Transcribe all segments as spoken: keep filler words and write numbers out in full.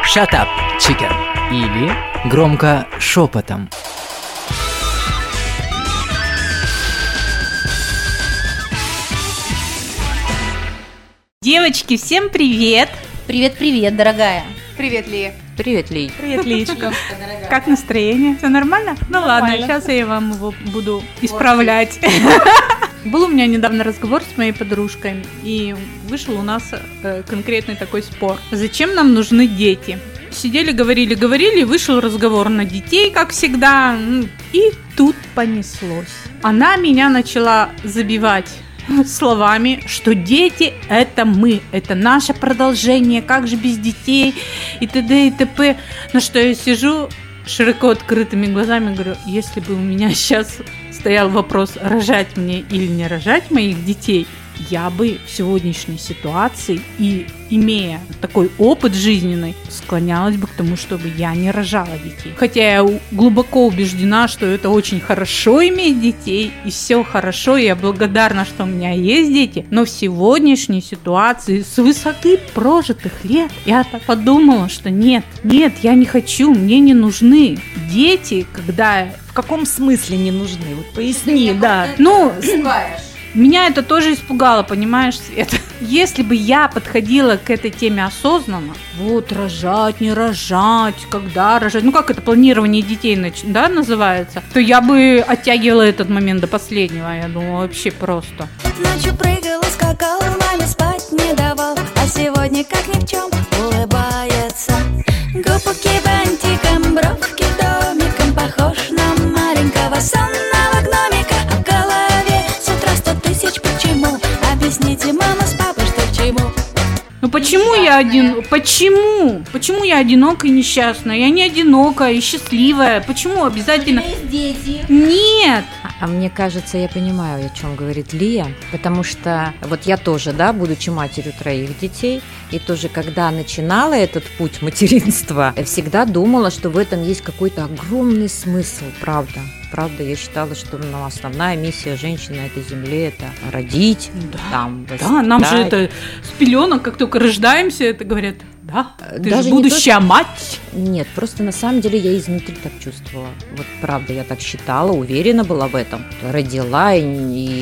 Shut up, chicken. Или громко шепотом. Девочки, всем привет! Привет-привет, дорогая. Привет, Лия. Привет, Ли. Привет, Лиечка. Как настроение? Все нормально? Ну ладно, сейчас я вам его буду исправлять. Был у меня недавно разговор с моей подружкой, и вышел у нас э, конкретный такой спор. Зачем нам нужны дети? Сидели, говорили, говорили, и вышел разговор на детей, как всегда, и тут понеслось. Она меня начала забивать словами, что дети – это мы, это наше продолжение, как же без детей, и т.д. и т.п. На что я сижу широко открытыми глазами, говорю, если бы у меня сейчас стоял вопрос, рожать мне или не рожать моих детей, я бы в сегодняшней ситуации и имея такой опыт жизненный, склонялась бы к тому, чтобы я не рожала детей. Хотя я глубоко убеждена, что это очень хорошо иметь детей, и все хорошо, и я благодарна, что у меня есть дети, но в сегодняшней ситуации с высоты прожитых лет я подумала, что нет, нет, я не хочу, мне не нужны дети, когда... В каком смысле не нужны? Вот поясни, да. Ну, меня это тоже испугало, понимаешь, Света? Если бы я подходила к этой теме осознанно, вот рожать, не рожать, когда рожать, ну как это планирование детей, да, называется, то я бы оттягивала этот момент до последнего, я думаю, вообще просто. Ночью прыгал и скакал, маме спать не давал, а сегодня как ни в чем улыбается. Губки бантиком, бровки домиком, похож на маленького сонного гномика. А в голове с утра сто тысяч почему. Объясните, мама с папой, что к чему. Ну почему я один... Почему? Почему я одинокая и несчастная? Я не одинокая и счастливая. Почему обязательно... У тебя есть дети. Нет! А мне кажется, я понимаю, о чем говорит Лия, потому что вот я тоже, да, будучи матерью троих детей, и тоже, когда начинала этот путь материнства, я всегда думала, что в этом есть какой-то огромный смысл, правда. Правда, я считала, что ну, основная миссия женщины на этой земле – это родить, да. там, да, нам же это с пеленок, как только рождаемся, это говорят, да, ты Даже же будущая то, мать. Нет, просто на самом деле я изнутри так чувствовала. Вот правда, я так считала, уверена была в этом. Родила и,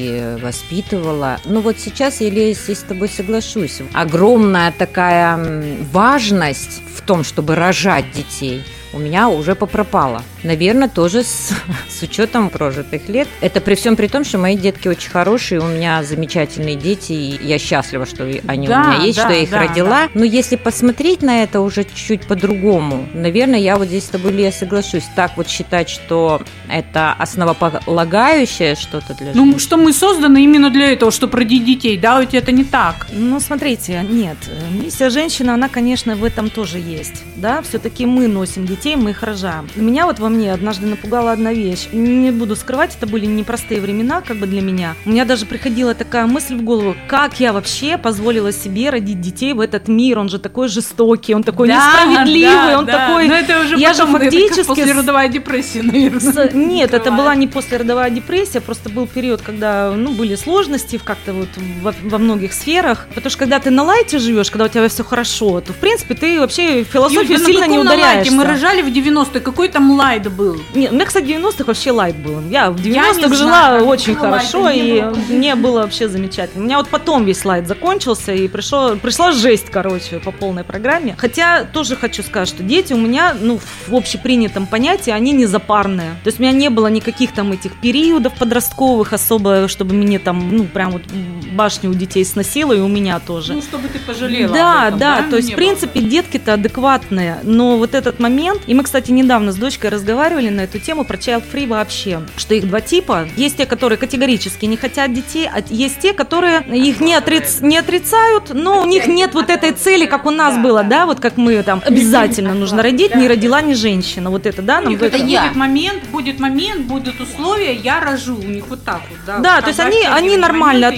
и воспитывала. Но вот сейчас я, Лея, здесь с тобой соглашусь. Огромная такая важность в том, чтобы рожать детей, у меня уже попропала. Наверное, тоже с, с учетом прожитых лет. Это при всем при том, что мои детки очень хорошие, у меня замечательные дети, и я счастлива, что они да, у меня есть, да, что я их да, родила. Да. Но если посмотреть на это уже чуть-чуть по-другому, наверное, я вот здесь с тобой, Лия, соглашусь. Так вот считать, что это основополагающее что-то для жизни. Ну, что мы созданы именно для этого, чтобы родить детей, да, ведь это не так. Ну, смотрите, нет, миссия женщины, она, конечно, в этом тоже есть, да, все-таки мы носим детей, мы их рожаем. Меня вот во мне однажды напугала одна вещь. Не буду скрывать, это были непростые времена, как бы для меня. У меня даже приходила такая мысль в голову, как я вообще позволила себе родить детей в этот мир, он же такой жестокий, он такой да, несправедливый, да, он да. такой... Но это уже я потом, же фактически... это послеродовая депрессия, наверное. С... Нет, это была не послеродовая депрессия, просто был период, когда, ну, были сложности как-то вот во, во многих сферах, потому что когда ты на лайте живешь, когда у тебя все хорошо, то, в принципе, ты вообще в философию сильно не ударяешься. Мы рожали в девяностые, какой там лайт был? Нет, у меня, кстати, в девяностых вообще лайт был. Я в девяностых я жила знаю, очень хорошо, и было. Мне было вообще замечательно. У меня вот потом весь лайт закончился, и пришло, пришла жесть, короче, по полной программе. Хотя тоже хочу сказать, что дети у меня, ну, в общепринятом понятии, они не запарные. То есть у меня не было никаких там этих периодов подростковых особо, чтобы мне там, ну, прям вот башню у детей сносило, и у меня тоже. Ну, чтобы ты пожалела Да, об этом, да, да? то есть, в принципе, было. Детки-то адекватные, но вот этот момент, и мы, кстати, недавно с дочкой разговаривали на эту тему про child-free вообще, что их два типа. Есть те, которые категорически не хотят детей, а есть те, которые их не, отриц... не отрицают, но у них нет вот этой цели, как у нас было, да, вот как мы там обязательно нужно родить, не родила ни женщина, вот это, да, нам это будет момент, будет момент, будут условия, я рожу, у них вот так вот, да. Да, то есть они, они нормально относятся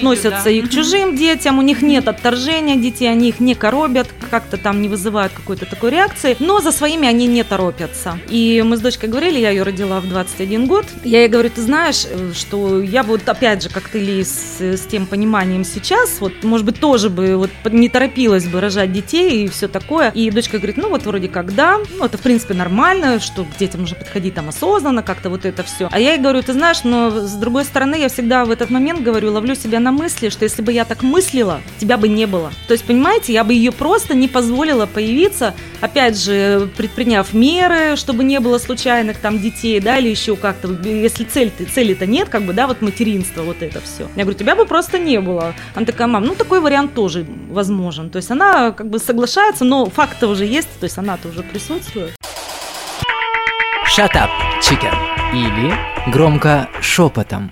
относятся и к чужим детям, у них нет отторжения детей, они их не коробят, как-то там не вызывают какой-то такой реакции, но за своими они не торопятся. И мы с дочкой говорили, я ее родила в двадцать один год, я ей говорю, ты знаешь, что я бы вот опять же, как ты, Ли, с, с тем пониманием сейчас, вот, может быть, тоже бы вот не торопилась бы рожать детей и все такое. И дочка говорит, ну вот вроде как да, ну это в принципе нормально, что к детям нужно подходить там осознанно, как-то вот это все. А я ей говорю, ты знаешь, но с другой стороны, я всегда в этот момент говорю, ловлю себя на мысли, что если бы я так мыслила, тебя бы не было. То есть, понимаете, я бы ее просто не позволила появиться, опять же, предприняв меры, чтобы не было случайных там детей, да, или еще как-то, если цель, цели-то нет, как бы, да, вот материнство, вот это все. Я говорю, тебя бы просто не было. Она такая, мам, ну такой вариант тоже возможен. То есть она как бы соглашается, но факт-то уже есть, то есть она-то уже присутствует. Shut up, chicken. Или громко шепотом.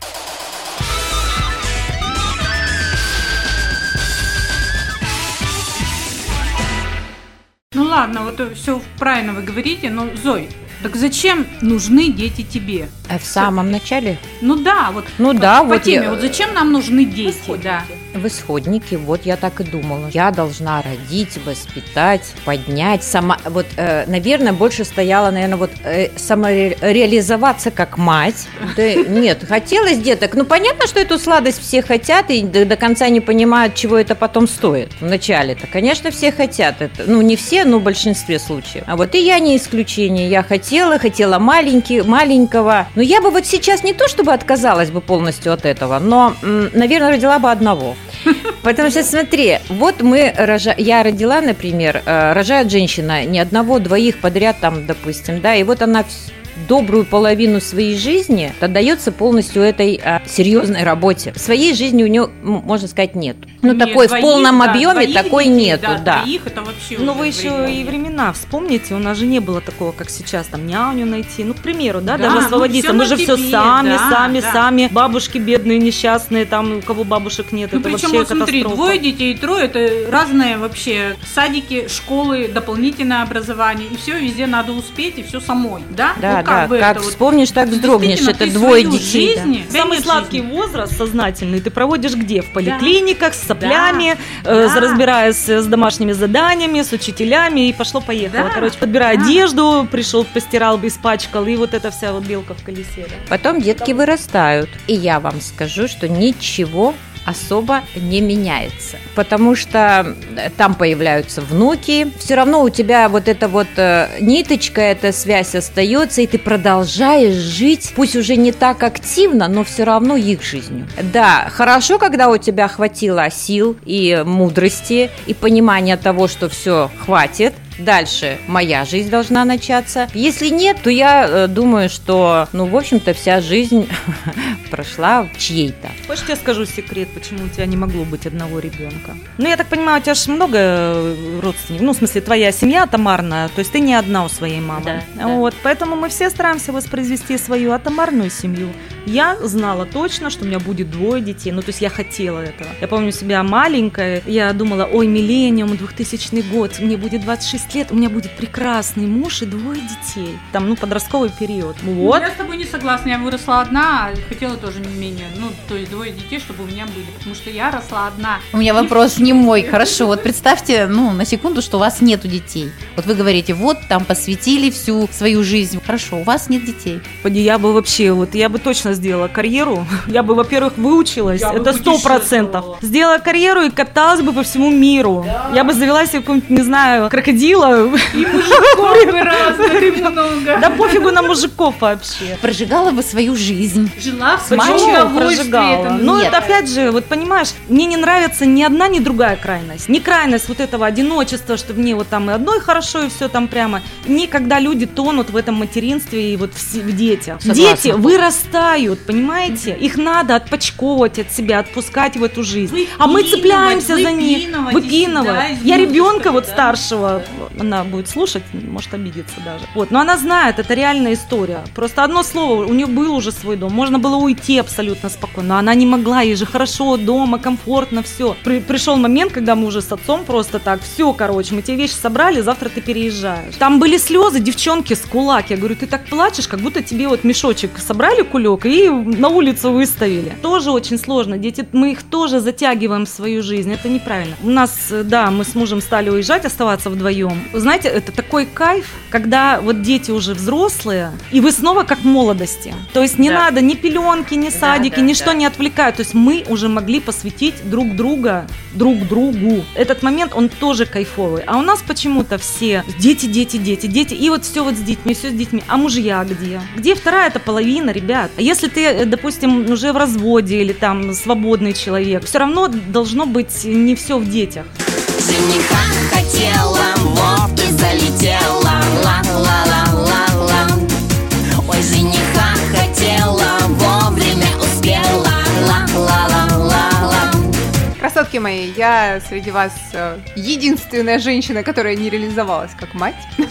Ну ладно, вот все правильно вы говорите, но, Зой, так зачем нужны дети тебе? А в самом начале? Ну да, вот ну, по, да, по вот теме, я... вот зачем нам нужны дети? Да. В исходнике, вот я так и думала. Я должна родить, воспитать, поднять, сама, вот, э, наверное, больше стояла, наверное, вот э, самореализоваться как мать. Да, нет, хотелось деток. Ну, понятно, что эту сладость все хотят и до, до конца не понимают, чего это потом стоит. Вначале-то, конечно, все хотят это. Ну, не все, но в большинстве случаев. А вот и я не исключение. Я хотела, хотела маленький, маленького. Но я бы вот сейчас не то, чтобы отказалась бы полностью от этого, но, наверное, родила бы одного. Потому что, смотри, вот мы, рожа... я родила, например, рожает женщина не одного, двоих подряд там, допустим, да, и вот она добрую половину своей жизни отдается полностью этой а, серьезной работе. Своей жизни у нее, можно сказать, нет. Ну, нет, такой двоих, в полном да, объеме такой детей, нету, да. да. Двоих, это вообще но вы еще времена. И времена вспомните, у нас же не было такого, как сейчас, там, няню найти, ну, к примеру, да, да даже освободиться. Ну, мы же тебе, все сами, да, сами, да. сами, бабушки бедные, несчастные, там, у кого бабушек нет, ну, это вообще вот, катастрофа. Смотри, двое детей, трое, это разные вообще садики, школы, дополнительное образование, и все везде надо успеть, и все самой, да? Да, ну, да. Как, как вспомнишь, так вздрогнешь. Это двое детей. Жизни, да. Самый сладкий жизни. Возраст сознательный ты проводишь где? В поликлиниках, да. с соплями, да. э, да. разбираясь с домашними заданиями, с учителями, и пошло-поехало. Да. Короче, подбирай да. одежду, пришел, постирал, испачкал, и вот эта вся вот белка в колесе. Да. Потом детки да. вырастают. И я вам скажу, что ничего особо не меняется, потому что там появляются внуки, все равно у тебя вот эта вот э, ниточка, эта связь остается, и ты продолжаешь жить, пусть уже не так активно, но все равно их жизнью. Да, хорошо, когда у тебя хватило сил и мудрости, и понимания того, что все, хватит, дальше моя жизнь должна начаться. Если нет, то я э, думаю, что, ну, в общем-то, вся жизнь прошла чьей-то. Хочешь, я скажу секрет, почему у тебя не могло быть одного ребенка? Ну, я так понимаю, у тебя же много родственников. Ну, в смысле, твоя семья атомарная, то есть ты не одна у своей мамы. Да, вот, да. Поэтому мы все стараемся воспроизвести свою атомарную семью. Я знала точно, что у меня будет двое детей. Ну, то есть я хотела этого. Я помню себя маленькая. Я думала, ой, миллениум, двухтысячный год, мне будет двадцать шесть лет, у меня будет прекрасный муж и двое детей. Там, ну, подростковый период. Вот. Я с тобой не согласна. Я выросла одна, хотела тоже не менее. Ну, то есть двое детей, чтобы у меня были. Потому что я росла одна. У меня вопрос не мой. Хорошо, вот представьте, ну, на секунду, что у вас нету детей. Вот вы говорите, вот там посвятили всю свою жизнь. Хорошо, у вас нет детей. Я бы вообще, вот я бы точно сделала карьеру. Я бы, во-первых, выучилась. Я это сто процентов. Сделала карьеру и каталась бы по всему миру. Да. Я бы завела себе какого-нибудь, не знаю, крокодила. И мужиков бы разных много. Да пофигу на мужиков вообще. Прожигала бы свою жизнь. Жила в своем прожигала. Ну, это опять же, вот понимаешь, мне не нравится ни одна, ни другая крайность. Не крайность вот этого одиночества, что мне вот там и одной хорошо, и все там прямо. Не когда люди тонут в этом материнстве и вот в, в детях. Согласна. Дети вырастают, понимаете? Их надо отпочковывать от себя, отпускать в эту жизнь. Выпинывать, а мы цепляемся за них. Выпинывать. Я ребенка вот да? старшего, она будет слушать, может обидеться даже. Вот, но она знает, это реальная история. Просто одно слово, у нее был уже свой дом, можно было уйти абсолютно спокойно, но она не могла, ей же хорошо дома, комфортно, все. При, пришел момент, когда мы уже с отцом просто так, все, короче, мы тебе вещи собрали, завтра ты ты переезжаешь. Там были слезы, девчонки с кулак. Я говорю, ты так плачешь, как будто тебе вот мешочек собрали кулек и на улицу выставили. Тоже очень сложно. Дети, мы их тоже затягиваем в свою жизнь. Это неправильно. У нас, да, мы с мужем стали уезжать, оставаться вдвоем. Вы знаете, это такой кайф, когда вот дети уже взрослые, и вы снова как в молодости. То есть не да. надо ни пеленки, ни садики, да, да, ничто да. не отвлекает. То есть мы уже могли посвятить друг друга, друг другу. Этот момент, он тоже кайфовый. А у нас почему-то все дети, дети, дети, дети. И вот все вот с детьми, все с детьми. А мужья где? Где вторая эта половина, ребят? А если ты, допустим, уже в разводе или там свободный человек, все равно должно быть не все в детях. Жениха хотела, вот и залетела. Ла-ла-ла-ла-ла. Ой, жениха хотела, вовремя успела. Ла-ла-ла-ла-ла. Красотки мои, я среди вас единственная женщина, которая не реализовалась как мать.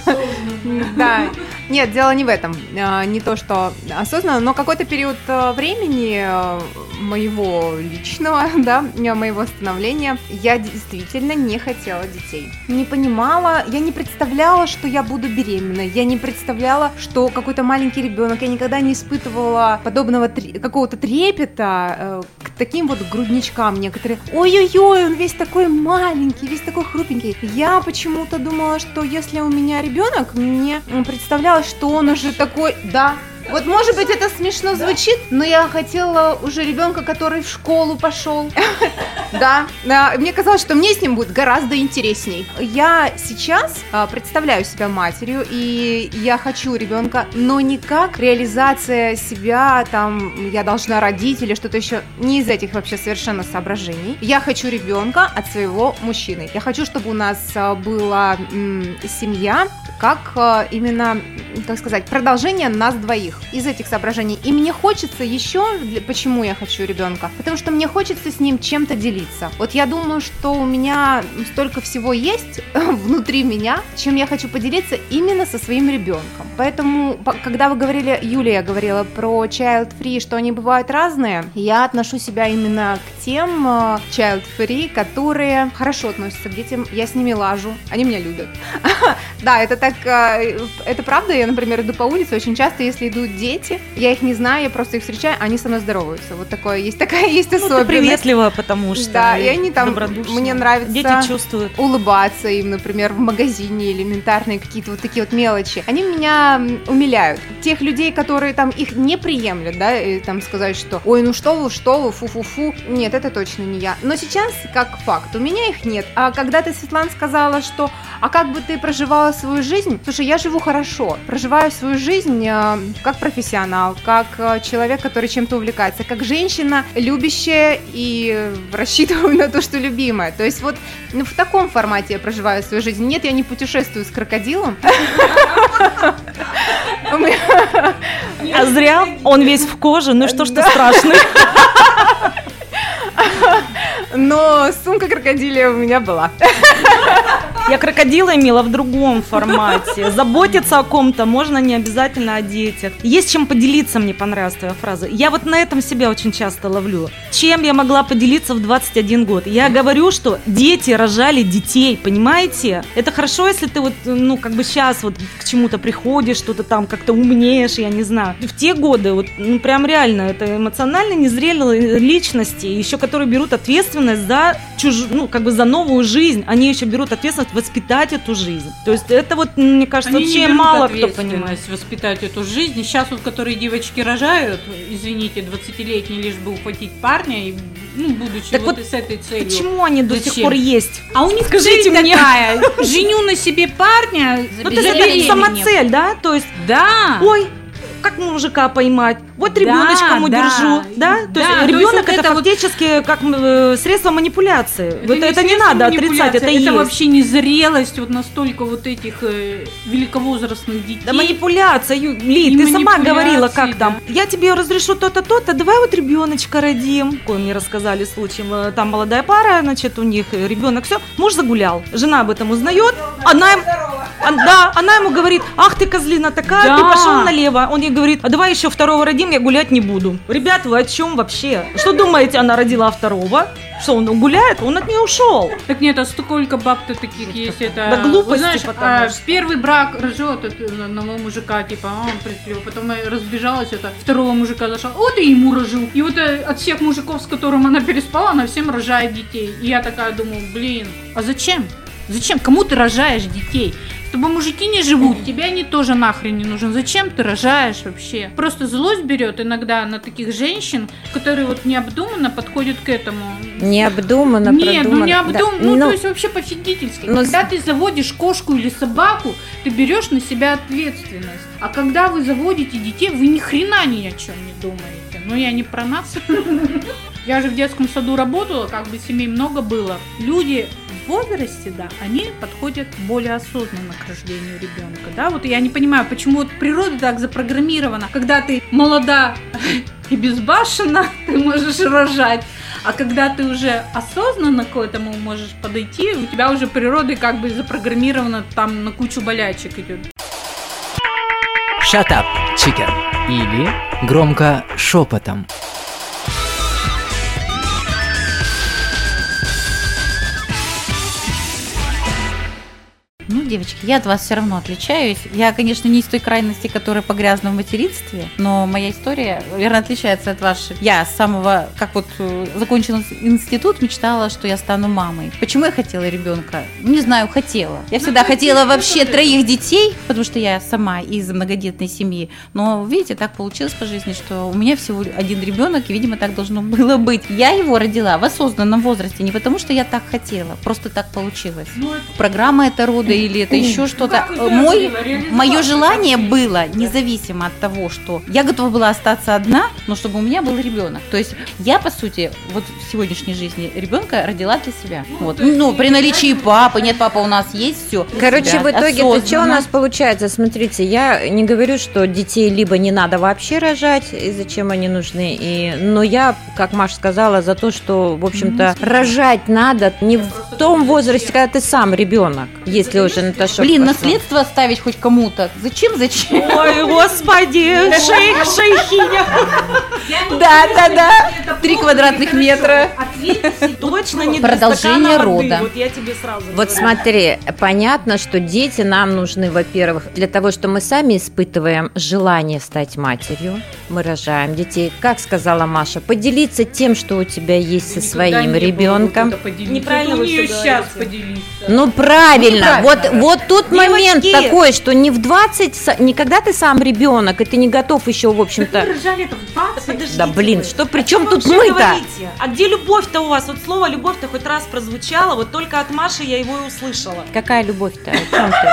Да, нет, дело не в этом, не то, что осознанно, но какой-то период времени моего личного, да, моего становления, я действительно не хотела детей. Не понимала, я не представляла, что я буду беременной, я не представляла, что какой-то маленький ребенок, я никогда не испытывала подобного какого-то трепета к таким вот грудничкам некоторые. Ой-ой-ой, он весь такой маленький, весь такой хрупенький. Я почему-то думала, что если у меня ребенок, мне представлялось, что он уже такой, да. Вот, может быть, это смешно звучит, но я хотела уже ребенка, который в школу пошел. Да, мне казалось, что мне с ним будет гораздо интересней. Я сейчас представляю себя матерью, и я хочу ребенка, но не как реализация себя, там, я должна родить или что-то еще. Не из этих вообще совершенно соображений. Я хочу ребенка от своего мужчины. Я хочу, чтобы у нас была м, семья, как именно, как сказать, продолжение нас двоих. Из этих соображений. И мне хочется еще, почему я хочу ребенка? Потому что мне хочется с ним чем-то делиться. Вот я думаю, что у меня столько всего есть внутри меня, чем я хочу поделиться именно со своим ребенком. Поэтому, когда вы говорили, Юлия говорила про child-free, что они бывают разные, я отношу себя именно к тем child-free, которые хорошо относятся к детям, я с ними лажу, они меня любят. Да, это так, это правда, я, например, иду по улице, очень часто, если идут дети, я их не знаю, я просто их встречаю, они со мной здороваются. Вот такое есть, такая есть особенность. Ну, ты приветлива, потому что да, и они там, мне нравится дети чувствуют. Улыбаться им, например, в магазине, элементарные какие-то вот такие вот мелочи. Они меня умиляют. Тех людей, которые там их не приемлят, да, и там сказать, что ой, ну что вы, что вы, фу-фу-фу. Нет, это точно не я. Но сейчас, как факт, у меня их нет. А когда ты, Светлана, сказала, что а как бы ты проживала свою жизнь? Слушай, я живу хорошо, проживаю свою жизнь э, как профессионал, как э, человек, который чем-то увлекается, как женщина, любящая и рассчитываю на то, что любимая. То есть вот ну, в таком формате я проживаю свою жизнь. Нет, я не путешествую с крокодилом. А зря, он весь в коже, ну что ж ты страшный. Но сумка крокодилия у меня была. Я крокодила имела в другом формате. Заботиться о ком-то можно не обязательно о детях. Есть чем поделиться, мне понравилась твоя фраза. Я вот на этом себя очень часто ловлю. Чем я могла поделиться в двадцать один год? Я говорю, что дети рожали детей, понимаете? Это хорошо, если ты вот, ну, как бы сейчас вот к чему-то приходишь, что-то там как-то умнеешь, я не знаю. В те годы, вот, ну, прям реально, это эмоционально незрелые личности, еще которые берут ответственность за чуж... ну, как бы за новую жизнь. Они еще берут ответственность воспитать эту жизнь. То есть это вот, мне кажется, они вообще мало кто понимает. Воспитать эту жизнь. И сейчас вот, которые девочки рожают, извините, двадцатилетние, лишь бы ухватить парня, и, ну, будучи так вот, вот с этой целью. Почему они до сих пор есть? А у них Скажите цель мне. такая, женю на себе парня, ну, это самоцель, да? То есть, да. Ой, как мужика поймать? Вот ребеночком да, удержу, да? да? То да, есть ребенок то есть это, это фактически вот... как э, средство манипуляции. Это, вот, не, это не надо отрицать, это, это есть. вообще незрелость вот настолько вот этих э, великовозрастных детей. Да манипуляция, Ю, Ли, ты сама говорила, как да. там. Я тебе разрешу то-то, то-то, давай вот ребеночка родим. Такое мне рассказали случай. Там молодая пара, значит, у них ребенок, все, муж загулял. Жена об этом узнает, она им... Да, она ему говорит, ах ты козлина такая, Да. ты пошел налево. Он ей говорит, а давай еще второго родим, я гулять не буду. Ребят, вы о чем вообще? Что думаете, она родила второго? Что, он гуляет? Он от нее ушел. Так нет, а сколько баб-то таких есть? Это, Да глупости, вы знаешь, потому а, что. первый брак рожет от одного мужика, типа, а, он приплел, потом разбежалась, это второго мужика зашла, вот и ему рожу. И вот э, от всех мужиков, с которым она переспала, она всем рожает детей. И я такая думаю, блин, а зачем? Зачем? Кому ты рожаешь детей? С тобой мужики не живут, тебе они тоже нахрен не нужен. Зачем ты рожаешь вообще? Просто злость берет иногда на таких женщин, которые вот необдуманно подходят к этому. Необдуманно, Нет, ну продуманно. не обдуманно, Да. ну, Ну, то есть вообще пофигительски. но Когда ты заводишь кошку или собаку, ты берешь на себя ответственность. А когда вы заводите детей, вы ни хрена ни о чем не думаете. Ну я не про нас. Я же в детском саду работала, как бы семей много было. Люди в возрасте, да, они подходят более осознанно к рождению ребенка, да. Вот я не понимаю, почему вот природа так запрограммирована. Когда ты молода и безбашенна, ты можешь рожать. А когда ты уже осознанно к этому можешь подойти, у тебя уже природой как бы запрограммировано там на кучу болячек идет. Shut up, chicken. Или громко шепотом. Ну, девочки, я от вас все равно отличаюсь. Я, конечно, не из той крайности, которая погрязна в материнстве, но моя история, наверное, отличается от вашей. Я с самого, как вот э, закончила институт, мечтала, что я стану мамой. Почему я хотела ребенка? Не знаю, хотела. Я всегда хотела вообще троих детей, потому что я сама из многодетной семьи. Но, видите, так получилось по жизни, что у меня всего один ребенок, и, видимо, так должно было быть. Я его родила в осознанном возрасте, не потому что я так хотела, просто так получилось. Программа это рода или это еще что-то. Мой, мое желание было, независимо от того, что я готова была остаться одна, но чтобы у меня был ребенок. То есть я, по сути, вот в сегодняшней жизни ребенка родила для себя. Вот. Ну, при наличии папы, нет, папа у нас есть, все. Короче, в итоге, что у нас получается? Смотрите, я не говорю, что детей либо не надо вообще рожать, и зачем они нужны, и... но я, как Маша сказала, за то, что, в общем-то, рожать надо не в том возрасте, когда ты сам ребенок, если уже на то, что Блин, пошло. наследство оставить хоть кому-то. Зачем, зачем? Ой, господи, шейх, шейхиня. Да, да, да. Три квадратных метра. Точно не Продолжение для стакана воды, рода. вот я тебе сразу Вот говорю. смотри, понятно, что дети нам нужны, во-первых, для того, что мы сами испытываем желание стать матерью, мы рожаем детей. Как сказала Маша, поделиться тем, что у тебя есть со своим ребенком. Неправильно вы всё сейчас говорите. поделиться. Ну правильно, вот, Неправильно. вот тут Девочки. момент такой, что не в двадцать, са- не когда ты сам ребенок, и ты не готов еще, в общем-то. Рожали это в двадцать. Подождите Да блин, вы. что при О чем чём тут вообще мы-то? говорите? А где любовь-то у вас? Вот слово любовь-то хоть раз прозвучало, вот только от Маши я его и услышала. Какая любовь-то? О чем ты?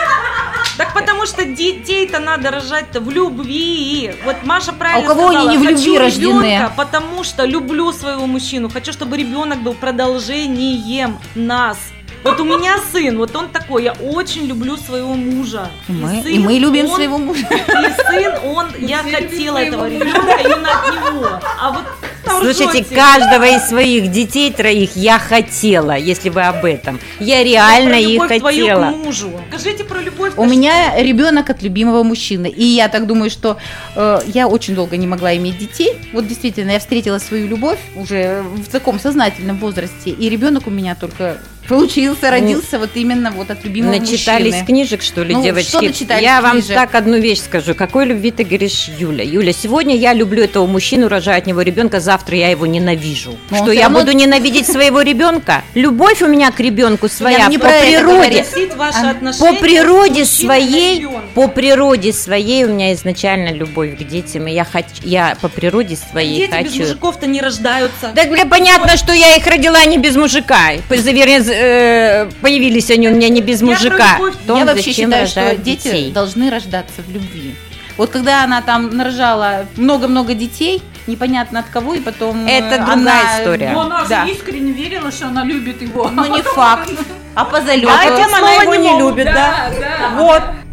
Так потому что детей-то надо рожать-то в любви. Вот Маша правильно А у кого они сказала, не в любви хочу рождены? ребенка, потому что люблю своего мужчину. Хочу, чтобы ребенок был продолжением нас. Вот у меня сын, вот он такой, я очень люблю своего мужа. И мы, сын, и мы любим он- своего мужа. И сын, он, я хотела этого ребенка именно от него. А вот там Слушайте, ржете. каждого из своих детей троих я хотела, если вы об этом. Я реально Про их любовь твою хотела. к мужу. Скажите про любовь. У меня ребенок от любимого мужчины. И я так думаю, что э, я очень долго не могла иметь детей. Вот действительно, я встретила свою любовь уже в таком сознательном возрасте. И ребенок у меня только получился, родился вот именно вот от любимого Начитались мужчины. книжек, что ли, Ну, девочки? что начитались Я вам книжек? так одну вещь скажу. Какой любви ты говоришь, Юля? Юля, сегодня я люблю этого мужчину, рожаю от него ребенка, завтра я его ненавижу. Но он Что, всё я равно- буду ненавидеть своего ребенка? Любовь у меня к ребенку своя Я не по про это природе. говорю. Спросить ваши А, отношения По природе с мужчиной на своей, ребенка. по природе своей у меня изначально любовь к детям, и я хочу, я по природе своей Дети без хочу. мужиков-то не рождаются. Да, бля, понятно, что я их родила не без мужика. Завернее, э, появились они у меня не без Я про мужика. любовь. То Я вообще зачем считаю, что рожают дети детей? должны рождаться в любви. Вот когда она там нарожала много-много детей, непонятно от кого, и потом... Это э, другая она- история. Но она Да. же искренне верила, что она любит его. Ну, не факт. А по залету. А тем она его не любит, да? Да, да. Вот.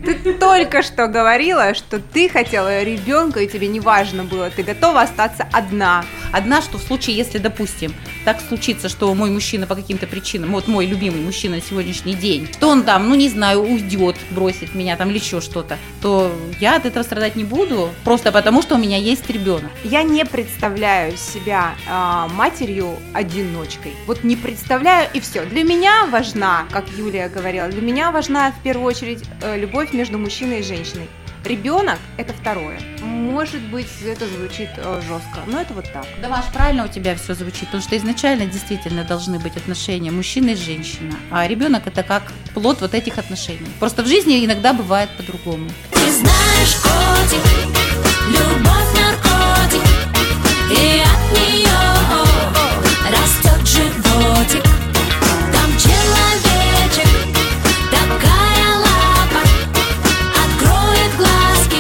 Ты только что говорила, что ты хотела ребенка, и тебе не важно было, ты готова остаться одна. Одна, что в случае, если, допустим, так случится, что мой мужчина по каким-то причинам, вот мой любимый мужчина на сегодняшний день, что он там, ну не знаю, уйдет, бросит меня там или еще что-то, то я от этого страдать не буду, просто потому, что у меня есть ребенок. Я не представляю себя э, матерью-одиночкой. Вот не представляю, и все. Для меня важна, как Юлия говорила, для меня важна в первую очередь э, любовь между мужчиной и женщиной. Ребенок – это второе. Может быть, это звучит э, жестко, но это вот так. Да, Маш, правильно у тебя все звучит, потому что изначально действительно должны быть отношения мужчина и женщина, а ребенок – это как плод вот этих отношений. Просто в жизни иногда бывает по-другому. Ты знаешь, котик, любовь наркотик, и от нее растет животик. Там человечек, такая лапа, откроет глазки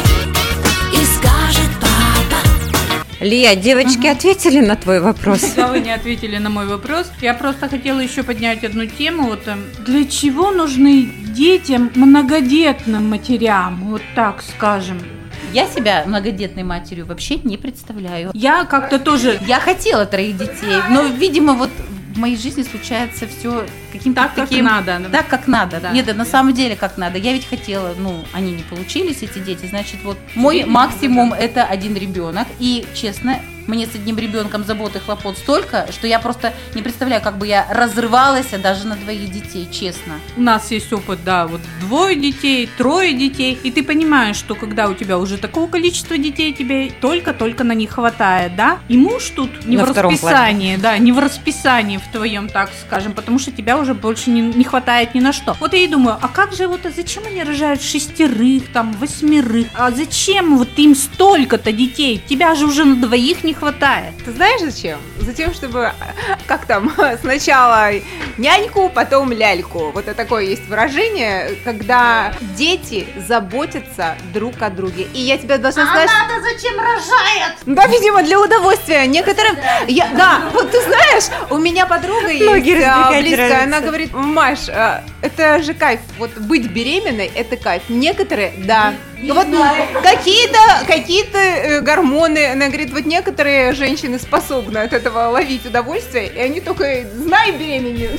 и скажет папа. Лия, девочки ответили на твой вопрос? Да, вы не ответили на мой вопрос. Я просто хотела еще поднять одну тему. Вот, для чего нужны детям многодетным матерям? Вот так скажем. Я себя многодетной матерью вообще не представляю. Я как-то тоже... Я хотела троих детей, но, видимо, вот в моей жизни случается все каким-то так, таким... как надо. Так, как надо. Да. Нет, на самом деле, как надо. Я ведь хотела, ну, они не получились, эти дети, значит, вот мой максимум – это один ребенок. И, честно, мне с одним ребенком заботы и хлопот столько, что я просто не представляю, как бы я разрывалась даже на двоих детей, честно. У нас есть опыт, да, вот двое детей, трое детей, и ты понимаешь, что когда у тебя уже такого количества детей, тебе только-только на них хватает, да, и муж тут не На в расписании, да, не в расписании в твоем, так скажем, потому что тебя уже больше не, не хватает ни на что. Вот я и думаю, а как же вот, а зачем они рожают шестерых, там, восьмерых, а зачем вот им столько-то детей, тебя же уже на двоих не хватает. Ты знаешь зачем? Затем, чтобы, как там, сначала няньку, потом ляльку. Вот это такое есть выражение, когда дети заботятся друг о друге. И я тебе должна сказать... А она-то зачем рожает? Да, видимо, для удовольствия. Некоторым... Я... Да, вот ты знаешь, у меня подруга есть близкая, она говорит, Маш, это же кайф, вот быть беременной, это кайф. Некоторые, да. Вот какие-то, какие-то гормоны, она говорит, вот некоторые женщины способны от этого ловить удовольствие, и они только, знай, беременеют.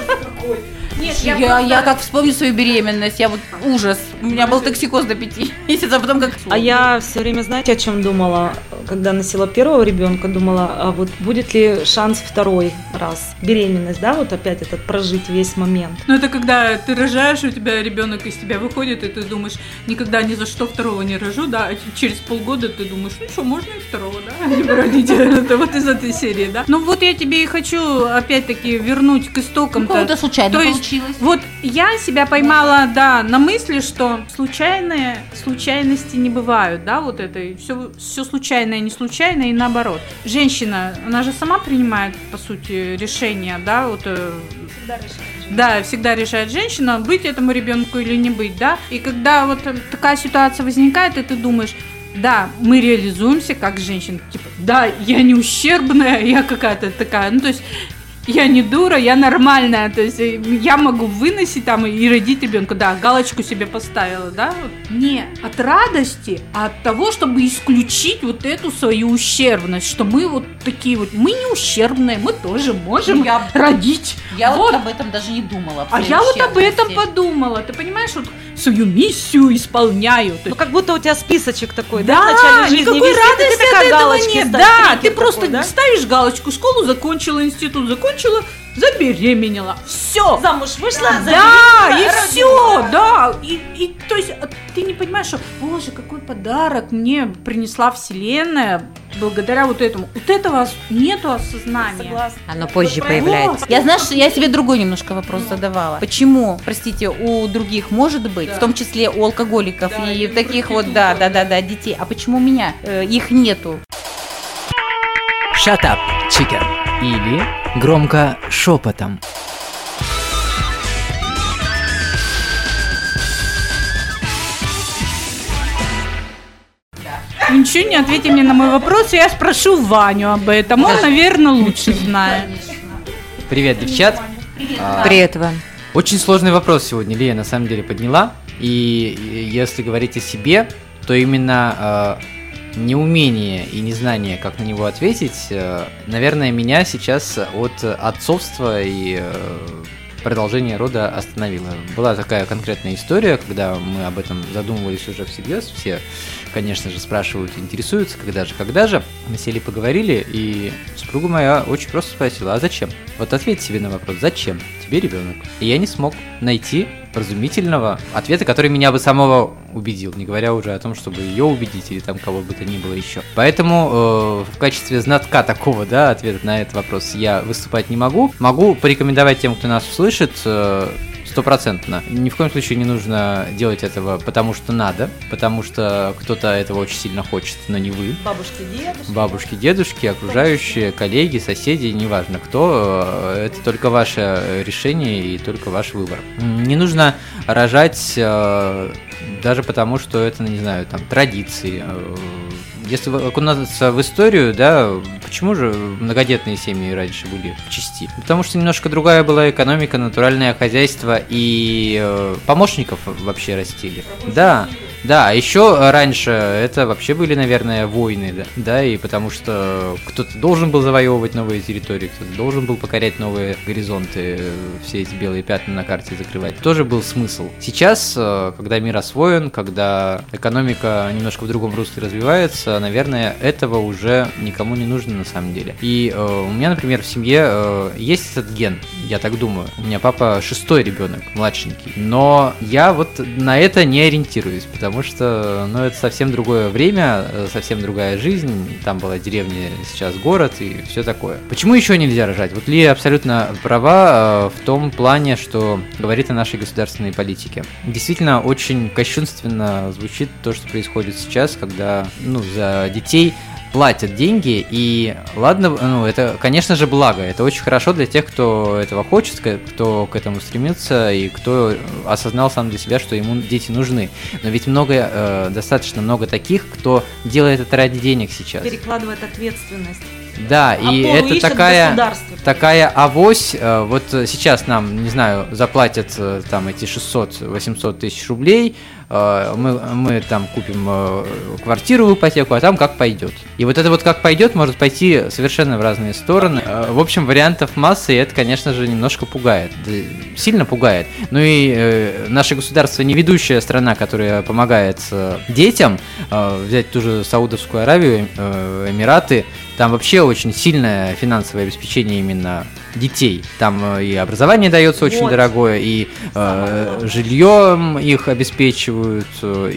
Нет, я, я, просто... я как вспомню свою беременность, я вот ужас. У меня был токсикоз до пяти месяцев, а потом как... А я все время, знаете, о чем думала, когда носила первого ребенка, думала, а вот будет ли шанс второй раз беременность, да, вот опять этот прожить весь момент. Ну это когда ты рожаешь, у тебя ребенок из тебя выходит, и ты думаешь, никогда ни за что второго не рожу, да, а через полгода ты думаешь, ну что, можно и второго, да, не родить. Это вот из этой серии, да. Ну вот я тебе и хочу опять-таки вернуть к истокам. Кого-то случайно получилось. Вот я себя поймала, да, на мысли, что случайные случайности не бывают, да, вот это, все, все случайное, не случайное и наоборот. Женщина, она же сама принимает, по сути, решение, да, вот... Всегда решает. Да, всегда решает женщина, быть этому ребенку или не быть, да. И когда вот такая ситуация возникает, и ты думаешь, да, мы реализуемся как женщина, типа, да, я не ущербная, я какая-то такая, ну то есть я не дура, я нормальная, то есть я могу выносить там и родить ребенка, да, галочку себе поставила, да, не от радости, а от того, чтобы исключить вот эту свою ущербность, что мы вот такие вот, мы не ущербные, мы тоже можем я, родить. Я вот. вот об этом даже не думала. А я вот об этом подумала, ты понимаешь, вот свою миссию исполняю. Ну как будто у тебя списочек такой, да, да, в начале жизни никакой висит, радости ты такая от этого галочки нет, ставишь, да, ты такой, просто да? ставишь галочку, школу закончила, институт закончила, забеременела, все. Замуж вышла, да, и все, да, и, и то есть ты не понимаешь, что, боже, какой подарок мне принесла Вселенная благодаря вот этому. Вот этого нету осознания. Согласна. Оно позже вот, появляется. Я, знаешь, я себе другой немножко вопрос задавала. Почему, простите, у других может быть, да. в том числе у алкоголиков да, и таких вот, да, да, да, да, детей, а почему у меня э, их нету? Shut up, chicken. Или громко шепотом. Ничего не ответили мне на мой вопрос, я спрошу Ваню об этом. Он, наверное, лучше знает. Привет, девчат. Привет, Вань. Очень сложный вопрос сегодня Лия на самом деле подняла. И если говорить о себе, то именно э, неумение и незнание, как на него ответить, э, наверное, меня сейчас от отцовства и э, продолжения рода остановило. Была такая конкретная история, когда мы об этом задумывались уже всерьез, все, конечно же, спрашивают, интересуются, когда же, когда же. Мы сели, поговорили, и супруга моя очень просто спросила, а зачем? Вот ответь себе на вопрос, зачем тебе ребенок? И я не смог найти разумительного ответа, который меня бы самого убедил, не говоря уже о том, чтобы ее убедить или там кого бы то ни было еще. Поэтому э, в качестве знатка такого, да, ответа на этот вопрос я выступать не могу. Могу порекомендовать тем, кто нас услышит, э, стопроцентно. Ни в коем случае не нужно делать этого, потому что надо, потому что кто-то этого очень сильно хочет, но не вы. Бабушки, дедушки. Бабушки, дедушки, окружающие, коллеги, соседи, неважно кто, это только ваше решение и только ваш выбор. Не нужно рожать э, даже потому, что это, не знаю, там, традиции. Если окунаться в историю, да, почему же многодетные семьи раньше были в части? Потому что немножко другая была экономика, натуральное хозяйство и э, помощников вообще растили. Да, да, а еще раньше это вообще были, наверное, войны, да, да, и потому что кто-то должен был завоевывать новые территории, кто-то должен был покорять новые горизонты, все эти белые пятна на карте закрывать. Тоже был смысл. Сейчас, когда мир освоен, когда экономика немножко в другом русле развивается, наверное, этого уже никому не нужно на самом деле. И э, у меня, например, в семье э, есть этот ген, я так думаю. У меня папа шестой ребенок, младшенький, но я вот на это не ориентируюсь, потому что, ну, это совсем другое время, совсем другая жизнь. Там была деревня, сейчас город и все такое. Почему еще нельзя рожать? Вот Лия абсолютно права в том плане, что говорит о нашей государственной политике. Действительно, очень кощунственно звучит то, что происходит сейчас, когда, ну, за детей платят деньги, и ладно, ну, это, конечно же, благо, это очень хорошо для тех, кто этого хочет, кто к этому стремится, и кто осознал сам для себя, что ему дети нужны. Но ведь много, э, достаточно много таких, кто делает это ради денег сейчас. Перекладывает ответственность. Да, а и это такая, такая авось, э, вот сейчас нам, не знаю, заплатят э, там эти шестьсот-восемьсот тысяч рублей, э, мы, мы там купим э, квартиру в ипотеку, а там как пойдет. И вот это вот как пойдет может пойти совершенно в разные стороны. Э, в общем, вариантов массы, и это, конечно же, немножко пугает, сильно пугает. Ну и э, наше государство не ведущая страна, которая помогает э, детям, э, взять ту же Саудовскую Аравию, э, Эмираты, там вообще очень сильное финансовое обеспечение именно детей. Там и образование дается очень вот. дорогое, и э, жильем их обеспечивают,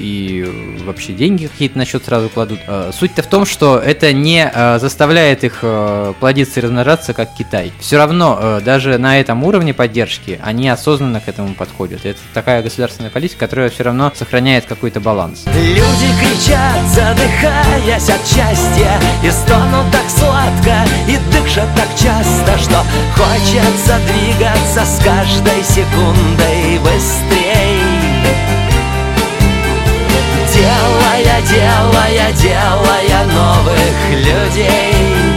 и вообще деньги какие-то на счет сразу кладут. Э, суть-то в том, что это не э, заставляет их э, плодиться и размножаться, как Китай. Все равно, э, даже на этом уровне поддержки, они осознанно к этому подходят. Это такая государственная политика, которая все равно сохраняет какой-то баланс. Люди кричат, задыхаясь от счастья, и стонут так сладко, и дышат так часто, что хочется двигаться с каждой секундой быстрей. Делая, делая, делая новых людей.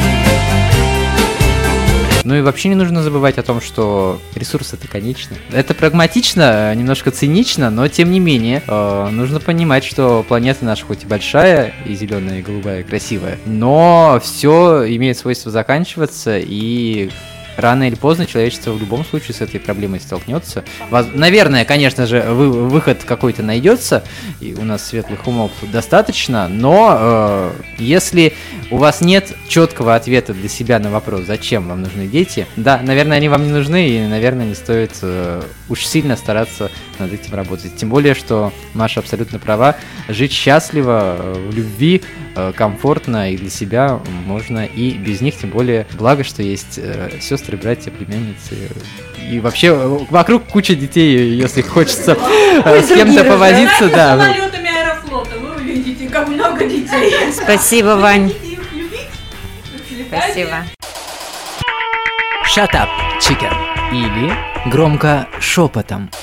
Ну и вообще не нужно забывать о том, что ресурсы-то конечны. Это прагматично, немножко цинично, но тем не менее э, нужно понимать, что планета наша хоть и большая, и зеленая, и голубая, и красивая, но все имеет свойство заканчиваться, и рано или поздно человечество в любом случае с этой проблемой столкнется. Воз... Наверное, конечно же, вы... выход какой-то найдется, и у нас светлых умов достаточно, но э, если у вас нет четкого ответа для себя на вопрос, зачем вам нужны дети, да, наверное, они вам не нужны, и, наверное, не стоит э, уж сильно стараться над этим работать. Тем более, что Маша абсолютно права, жить счастливо, э, в любви, э, комфортно и для себя можно и без них, тем более, благо, что есть э, сестры, братья, племянницы, и вообще вокруг куча детей, если хочется с кем-то повозиться, да. Самолетами Аэрофлота вы увидите, как много детей. Спасибо, Вань. Спасибо. Shut up, chicken. Или громко шепотом.